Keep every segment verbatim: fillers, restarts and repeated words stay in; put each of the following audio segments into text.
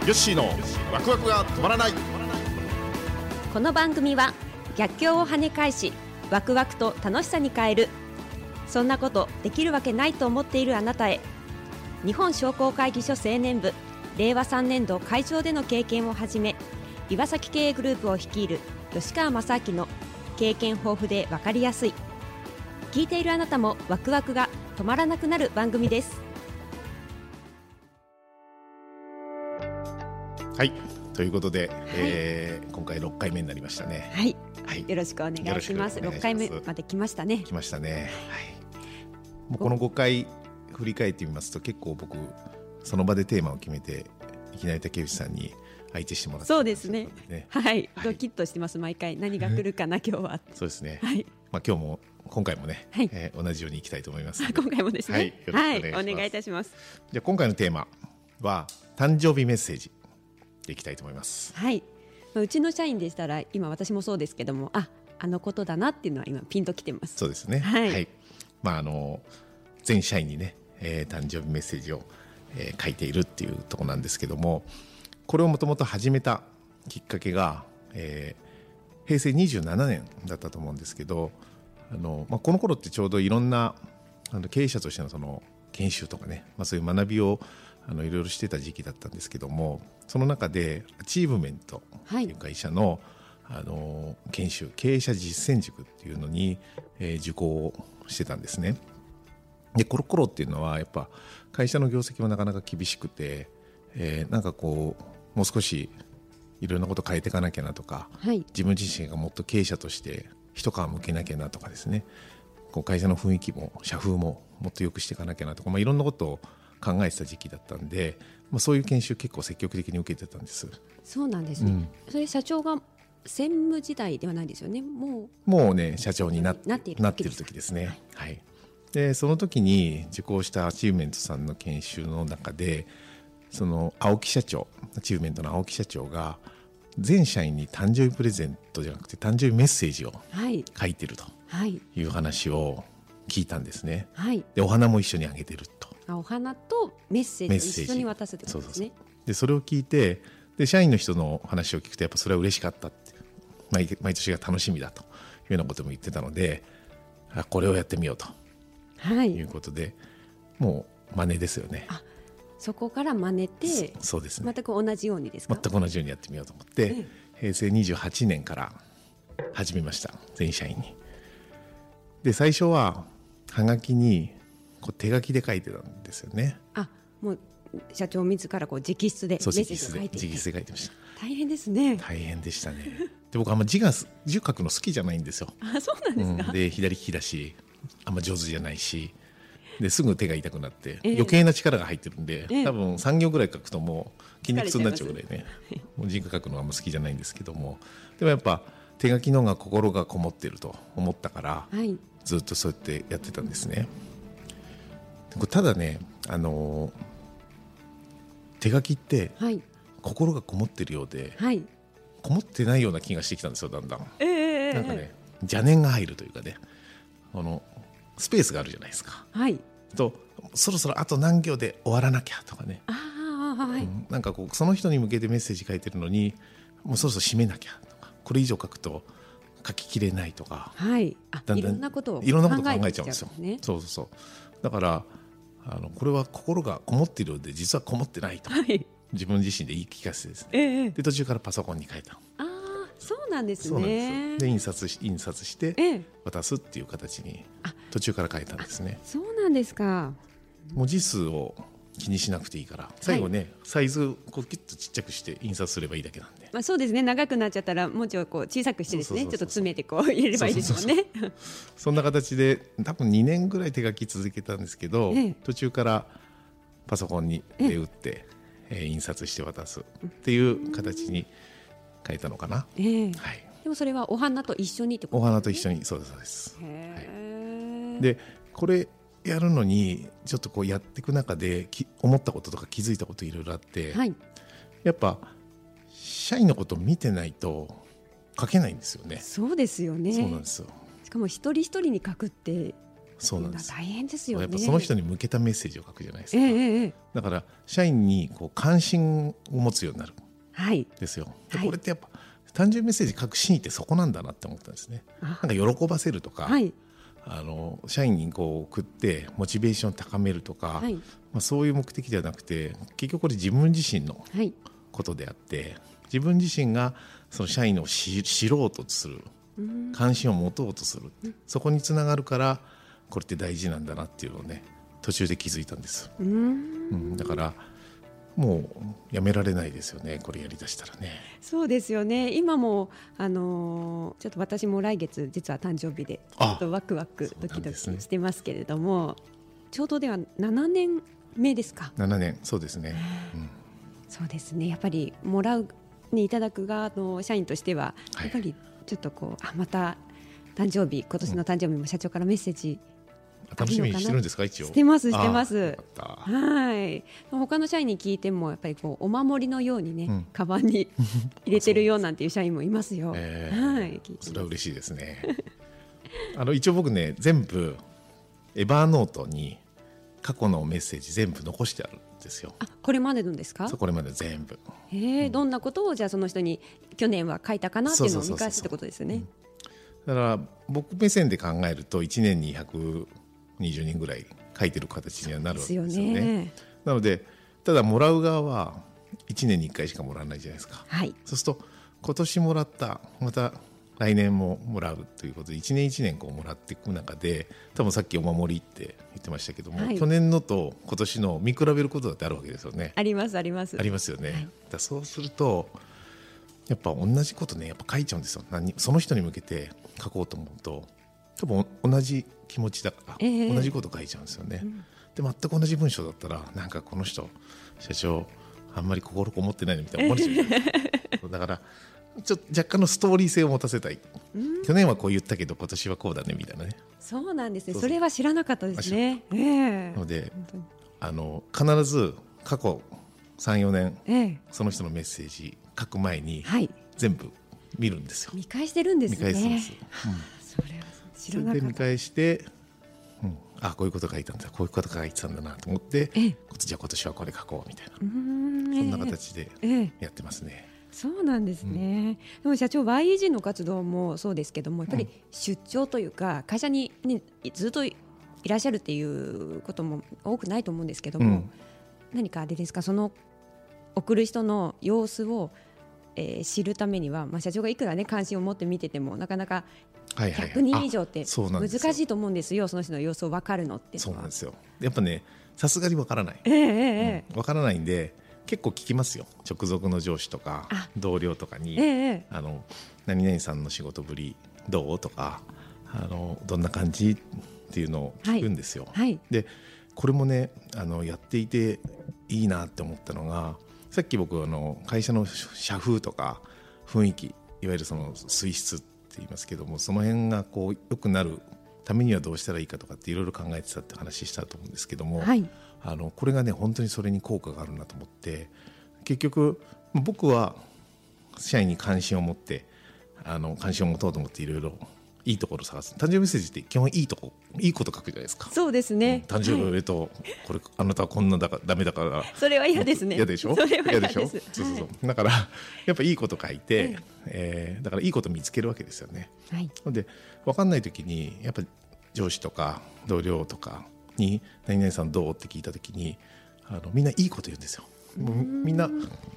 ヨッシーのワクワクが止まらない。 この番組は逆境を跳ね返しワクワクと楽しさに変える、そんなことできるわけないと思っているあなたへ、日本商工会議所青年部れいわさんねん度会長での経験をはじめ、岩崎経営グループを率いる吉川正明の経験豊富で分かりやすい、聞いているあなたもワクワクが止まらなくなる番組です。 はい、ということで、はい、えー、今回ろっかいめになりましたね。 はい、 はい、 よろしくお願いします。ろっかいめまで来ましたね。 来ましたね、はい、もうこのごかい振り返ってみますと、結構僕その場でテーマを決めていきなり竹内さんに相手してもらって、 そうですね、はい、はい、ドキッとしてます。毎回何が来るかな今日は。 そうですね、 はい、 まあ、今日も今回もね、はい、えー、同じようにいきたいと思いますので今回もですね、はい、はい、お願いいたします。 じゃあ今回のテーマは誕生日メッセージでいきたいと思います。 はい、うちの社員でしたら今私もそうですけども、あ、あのことだなっていうのは今ピンときてます。 そうですね、はい、はい、まあ、あの全社員にね、えー、誕生日メッセージを、えー、書いているっていうところなんですけども、これをもともと始めたきっかけが、えー、へいせいにじゅうななねんだったと思うんですけど、あの、まあ、この頃ってちょうどいろんなあの経営者としてのその研修とかね、まあ、そういう学びをあのいろいろしてた時期だったんですけども、その中でアチーブメントという会社の、はい、あの研修、経営者実践塾っていうのに、えー、受講をしてたんですね。でこの頃っていうのはやっぱ会社の業績もなかなか厳しくて、えー、なんかこうもう少しいろんなこと変えていかなきゃなとか、はい、自分自身がもっと経営者として一皮向けなきゃなとかですね、こう会社の雰囲気も社風ももっと良くしていかなきゃなとか、まあ、いろんなことを考えてた時期だったんで、まあ、そういう研修結構積極的に受けてたんです。 そうなんですね、うん、それ社長が専務時代ではないですよね。もうもうね社長に な, なっている時ですね、はいはい、でその時に受講したアチーブメントさんの研修の中で、その青木社長、アチーブメントの青木社長が全社員に誕生日プレゼントじゃなくて誕生日メッセージを書いてるという話を聞いたんですね、はい、でお花も一緒にあげてると。 あ、お花とメッセージを一緒に渡すってことですね。 そうそうそう。でそれを聞いて、で社員の人の話を聞くとやっぱそれは嬉しかったって、 毎, 毎年が楽しみだというようなことも言ってたので、あ、これをやってみようと、はい、いうことでもう真似ですよね。 あ、そこから真似て、 そうですね、 全く同じようにですか。 全く同じようにやってみようと思って、ええ、へいせいにじゅうはちねんから始めました、全社員に。で最初ははがきにこう手書きで書いてたんですよね。 あ、もう社長自らこう直筆でメッセージを書いていて、 直筆で書いてました。 大変ですね。 大変でしたね。で僕あんま字が字書くの好きじゃないんですよ。 あ、そうなんですか、 うん、で左利きだしあんま上手じゃないし、ですぐ手が痛くなって、えー、余計な力が入ってるんで、えー、多分さん行ぐらい書くともう筋肉痛になっちゃうぐらいね、もう字が書くのはあんま好きじゃないんですけども、でもやっぱ手書きの方が心がこもってると思ったから、はい、ずっとそうやってやってたんですね。ただね、あのー、手書きって心がこもってるようで、はい、こもってないような気がしてきたんですよ、だんだん、えー、なんかね邪念が入るというかね、あのスペースがあるじゃないですか、はい、とそろそろあと何行で終わらなきゃとかね、あ、はい、うん、なんかこうその人に向けてメッセージ書いてるのにもうそろそろ締めなきゃとか、これ以上書くと書ききれないとか、はい、あ、だんだんいろんなことを考えちゃうんですよ、ね、そうそうそう。だからあのこれは心がこもっているので実はこもってないと、はい、自分自身で言い聞かせてですね、えー、で途中からパソコンに書いた。 あ、そうなんですね。 そうなんです。で印刷し、印刷して渡すっていう形に途中から書いたんですね。 そうなんですか。 文字数を気にしなくていいから最後ね、はい、サイズこうキュッとちっちゃくして印刷すればいいだけなんで、 まあ、そうですね。長くなっちゃったら文字をこう小さくしてですね、ちょっと詰めてこう入れればいいですもんね。 そうそうそうそんな形で多分にねんぐらい手書き続けたんですけど、ええ、途中からパソコンにで打って、ええ、印刷して渡すっていう形に変えたのかな、ええ、はい、 でもそれはお花と一緒にってことですね。 お花と一緒に、そうですそうです、はい、でこれやるのにちょっとこうやっていく中でき思ったこととか気づいたこといろいろあって、はい、やっぱ社員のことを見てないと書けないんですよね。 そうですよね。 そうなんですよ。 しかも一人一人に書くってそうなんです。 大変ですよね。 やっぱその人に向けたメッセージを書くじゃないですか、 えーえー、 だから社員にこう関心を持つようになる、 はい、 ですよ。でこれってやっぱ誕生日メッセージ書く真意ってそこなんだなって思ったんですね。なんか喜ばせるとか、はい、あの社員にこう送ってモチベーションを高めるとか、はい、まあ、そういう目的ではなくて、結局これ自分自身のことであって、はい、自分自身がその社員を知ろうとする、関心を持とうとする、そこにつながるからこれって大事なんだなっていうのをね、途中で気づいたんです。うん、うん、だからもうやめられないですよね、これやりだしたらね。 そうですよね。今も、あのー、ちょっと私も来月実は誕生日でちょっとワクワクドキドキしてますけれども、ね、ちょうどではななねんめですか。 ななねん、そうですね、うん、 そうですね。やっぱりもらうにいただく側の社員としては、はい、やっぱりちょっとこう、あ、また誕生日、今年の誕生日も社長からメッセージ、 うん、楽しみにしてるんですか。一応してますしてます。はい。他の社員に聞いてもやっぱりこうお守りのようにね、うん、カバンに入れてるよなんていう社員もいますよ。 えー、はい。それは嬉しいですね。あの一応僕ね、全部エバーノートに過去のメッセージ全部残してあるんですよ。 あ、これまでのですか。 そう、これまで全部。 へえ、うん、どんなことをじゃあその人に去年は書いたかなっていうのを見返すってことですよね。 だから僕目線で考えるといちねんにひゃくにじゅうにんぐらい書いてる形にはなるわけですよね。ですよね。なのでただもらう側はいちねんにいっかいしかもらわないじゃないですか、はい、そうすると今年もらったまた来年ももらうということでいちねんいちねんこうもらっていく中で、多分さっきお守りって言ってましたけども、はい、去年のと今年の見比べることだってあるわけですよね。 ありますありますありますよね、はい、だそうするとやっぱ同じことね、やっぱ書いちゃうんですよ。何その人に向けて書こうと思うと多分同じ気持ちだから、えー、同じこと書いちゃうんですよね、うん、で全く同じ文章だったらなんかこの人社長あんまり心こもってないのみたいな思われちゃう、えー、だからちょっと若干のストーリー性を持たせたい、うん、去年はこう言ったけど今年はこうだねみたいなね。 そうなんですね。それは知らなかったですね、えー、 なのであの必ず過去 さん,よ 年、えー、その人のメッセージ書く前に全部見るんですよ、 見返してるんですね。 見返すんです、 うん、それは知らなかった。 それで見返して、うん、あこういうこと書いたんだ、こういうこと書いてたんだなと思って、ええ、じゃあ今年はこれ書こうみたいな、うーん、そんな形でやってますね、ええ。 そうなんですね、うん、でも社長 ワイイージー の活動もそうですけども、やっぱり出張というか会社に、ね、ずっといらっしゃるっていうことも多くないと思うんですけども、うん、何かあれですか、その送る人の様子を、えー、知るためには、まあ、社長がいくら、ね、関心を持って見ててもなかなかひゃくにん以上って難しいと思うんですよ。その人の様子を分かるのっていうのは。そうなんですよ。やっぱね、さすがに分からない、えーえーうん、分からないんで結構聞きますよ。直属の上司とか同僚とかに、えー、あの何々さんの仕事ぶりどうとか、あのどんな感じっていうのを聞くんですよ、はいはい、でこれもね、あのやっていていいなって思ったのが、さっき僕あの会社の社風とか雰囲気、いわゆるその水質って言いますけども、その辺がこう良くなるためにはどうしたらいいかとかっていろいろ考えてたって話したと思うんですけども、はい、あのこれがね本当にそれに効果があるなと思って、結局僕は社員に関心を持ってあの関心を持とうと思っていろいろいいところを探す。誕生日メッセージって基本いいとこいいこと書くじゃないですか。 そうですね、 うん、誕生日おめでとう、はい、これあなたはこんなだかダメだからそれは嫌ですね。 嫌でしょ。 それは嫌です。 そうそうそう、はい、だからやっぱいいこと書いて、はい、えー、だからいいこと見つけるわけですよね、はい、で分かんない時にやっぱ上司とか同僚とかに何々さんどうって聞いた時にあのみんないいこと言うんですよ。もうみんな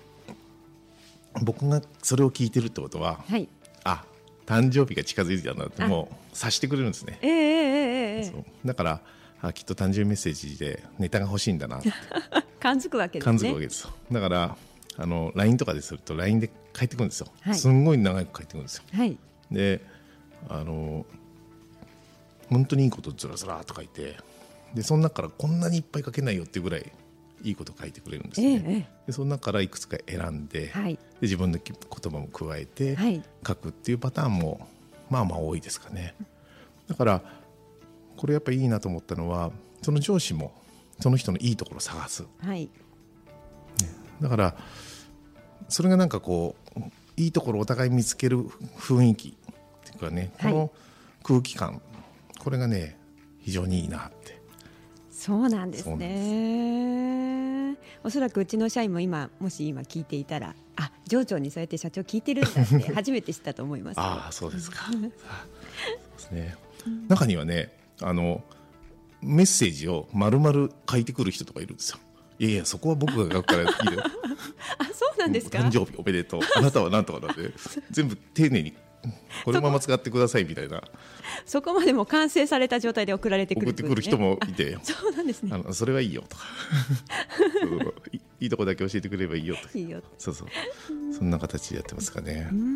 僕がそれを聞いてるってことは、はい、あ誕生日が近づいてたんだってもう察してくれるんですね、えーえーえー、そうだからあきっと誕生日メッセージでネタが欲しいんだなって感づくわけですね。 感づくわけですよ。だからあの ライン とかですると ライン で返ってくるんですよ、はい、すんごい長く返ってくるんですよ、はい、であの本当にいいことずらずらと書いて、でその中からこんなにいっぱい書けないよっていうぐらいいいこと書いてくれるんですね、ええ、でその中からいくつか選んで、はい、で自分の言葉も加えて書くっていうパターンもまあまあ多いですかね。だからこれやっぱりいいなと思ったのは、その上司もその人のいいところを探す、はい、ね、だからそれがなんかこういいところをお互い見つける雰囲気っていうかね、この空気感、これがね非非常にいいなって。 そうなんですね。おそらくうちの社員も今もし今聞いていたら、あ、上長にそうやって社長聞いてるんだって初めて知ったと思います。 ああ、そうですか。そうですね。中にはね、あのメッセージを丸々書いてくる人とかいるんですよ。いやいや、そこは僕が書くからいいよ。 あ、そうなんですか。 誕生日おめでとう、あなたはなんとかなんで全部丁寧にこのまま使ってくださいみたいな。 そこまでも完成された状態で送られてくる、ね、 送ってくる人もいて、 そうなんですね。 あのそれはいいよとかい, いいとこだけ教えてくればいいよとか、いいよ、そうそう、そんな形でやってますかね。うん、うん、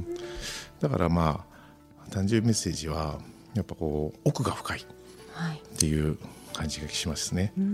だからまあ誕生日メッセージはやっぱこう奥が深いっていう感じがしますね。うん、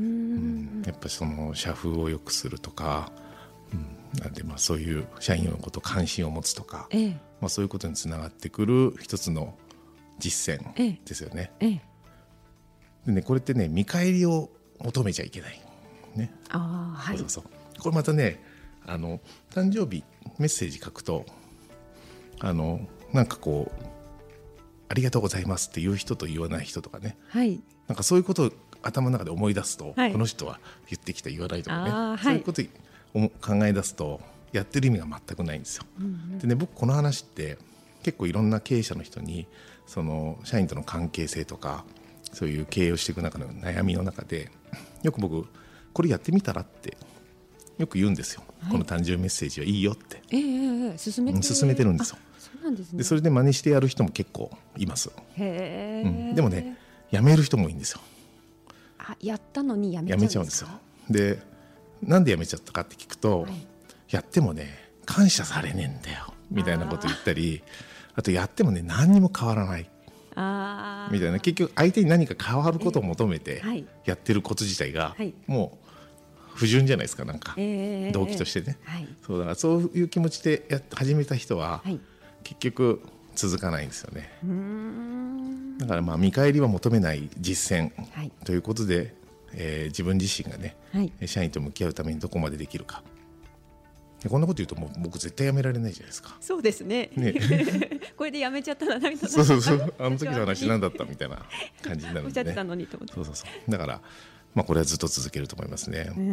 やっぱりその社風を良くするとか、うん、なんでまあそういう社員のこと関心を持つとか、ええ、まあ、そういうことにつながってくる一つの実践ですよね。ええ、でね、これってね、見返りを求めちゃいけない、ね。あ、はい、そうそうそう、これまたね、あの誕生日メッセージ書くと、あのなんかこうありがとうございますって言う人と言わない人とかね、はい、なんかそういうことを頭の中で思い出すと、はい、この人は言ってきた言わないとかね、はい、そういうことを考え出すとやってる意味が全くないんですよ。うんうん、でね、僕この話って結構いろんな経営者の人にその社員との関係性とかそういう経営をしていく中の悩みの中でよく僕これやってみたらってよく言うんですよ。はい、この誕生日メッセージはいいよって、えー、進めて進めてるんですよ。そうなんですね。でそれで真似してやる人も結構います。へ、うん、でもね、やめる人もいいんですよ。 あ、やったのにやめちゃうんですか。 やめちゃうんですよ。でなんでやめちゃったかって聞くと、はい、やってもね感謝されねえんだよみたいなこと言ったり、 あ, あとやってもね何にも変わらないあみたいな、結局相手に何か変わることを求めてやってること自体がもう不純じゃないですか、なんか動機としてね。はい、そうだからそういう気持ちでや始めた人は結局続かないんですよね。うーん、だからまあ見返りは求めない実践ということで、えー、自分自身がね、はい、社員と向き合うためにどこまでできるか。こんなこと言うともう僕絶対やめられないじゃないですか。 そうです ね, ねこれでやめちゃったら何とそうそうそう、あの時の話何だったみたいな感じになるんで、ね、おっしゃってたのにと思って。 そうそうそう、だから、まあ、これはずっと続けると思いますね。うん、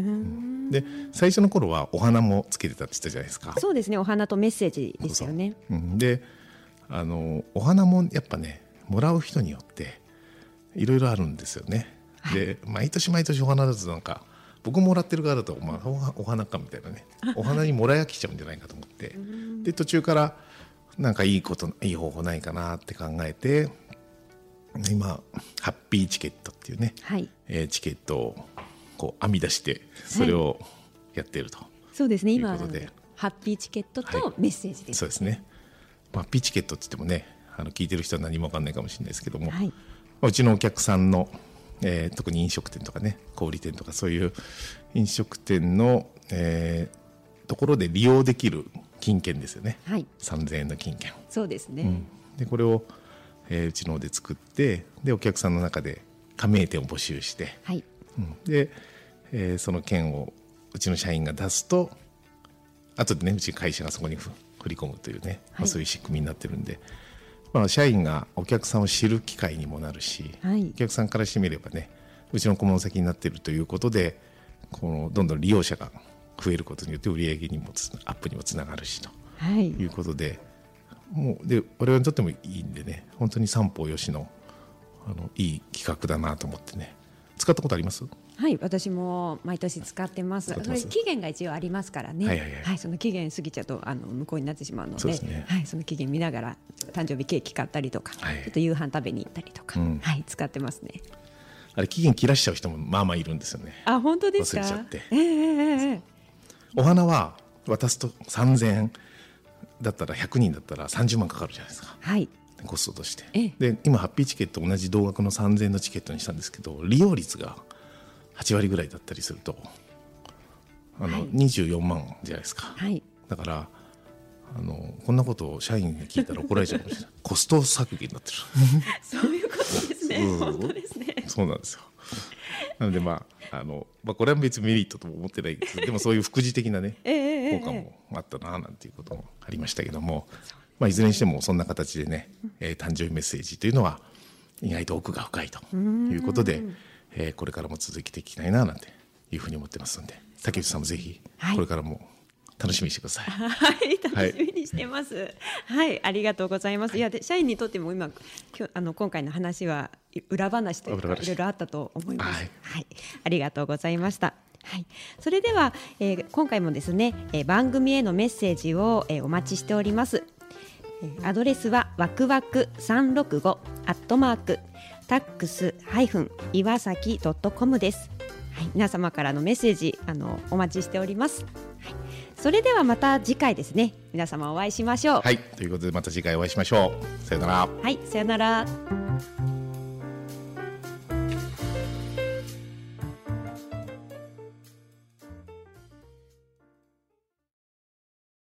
で最初の頃はお花もつけてたって言ったじゃないですか。 そうですね、お花とメッセージですよね。 そうそう、うん、であのお花もやっぱねもらう人によっていろいろあるんですよね。はい、で毎年毎年お花だとなんか僕もらってる側だと、まあ、お花かみたいなね、お花にもらい飽きちゃうんじゃないかと思ってで途中からなんかいいこといい方法ないかなって考えて、今ハッピーチケットっていうね、はい、えー、チケットをこう編み出してそれをやっていると、はい、 そうですね、今ハッピーチケットとメッセージです、はい、 そうですね。ハッピーチケットって言ってもね、あの聞いてる人は何も分かんないかもしれないですけども、はい、うちのお客さんのえー、特に飲食店とかね、小売店とかそういう飲食店の、えー、ところで利用できる金券ですよね、はい、さんぜんえんの金券。 そうですね、うん、 でこれを、えー、うちの方で作ってでお客さんの中で加盟店を募集して、はい、うん、で、えー、その券をうちの社員が出すと後でねうち会社がそこに振り込むというね、はい、まあ、そういう仕組みになってるんで、まあ、社員がお客さんを知る機会にもなるし、はい、お客さんからしてみればねうちの顧問先になっているということでこのどんどん利用者が増えることによって売上にもアップにもつながるしと、はい、いうことでもうで我々にとってもいいんでね、本当に三方よしの、あのいい企画だなと思ってね。使ったことあります？ はい、私も毎年使ってます。それ期限が一応ありますからね、はいはいはいはい、その期限過ぎちゃうとあの無効になってしまうの で, そうです、ね、はい、その期限見ながら誕生日ケーキ買ったりとか、はい、ちょっと夕飯食べに行ったりとか、うん、はい、使ってますね。 あれ期限切らしちゃう人もまあまあいるんですよね。 あ、本当ですか？ 忘れちゃって、 えーえー、 お花は渡すとさんぜんえんだったらひゃくにんだったらさんじゅうまんかかるじゃないですか、はい、コストとして。で今ハッピーチケット同じ同額のさんぜんえんのチケットにしたんですけど利用率がはちわりぐらいだったりするとあの、はい、にじゅうよんまんじゃないですか、はい、だからあのこんなことを社員に聞いたら怒られちゃうかもしれないコスト削減になってるそういうことですね、うん、本当ですね。 そうなんですよ。なので、まああのまあ、これは別にメリットとも思ってないですけどでもそういう副次的な、ねえー、効果もあったななんていうこともありましたけども、まあ、いずれにしてもそんな形でね、えー、誕生日メッセージというのは、 意外と奥が深いということで、えー、これからも続けていきたいななんていうふうに思ってますので、竹内さんもぜひこれからも楽しみにしてください。 はい、楽しみにしてます。はい、はい、ありがとうございます。いやで社員にとっても今今日あの今回の話は裏話というかいろいろあったと思います。はい、はい、ありがとうございました。はい、それでは、えー、今回もですね、えー、番組へのメッセージを、えー、お待ちしております。えー、アドレスはわくわくさんろくごアットマークタックスハイフン岩崎ドットコムです。はい、皆様からのメッセージあのお待ちしております。はい、それではまた次回ですね、皆様お会いしましょう。 はい、ということでまた次回お会いしましょう。さよなら。 はい、さよなら。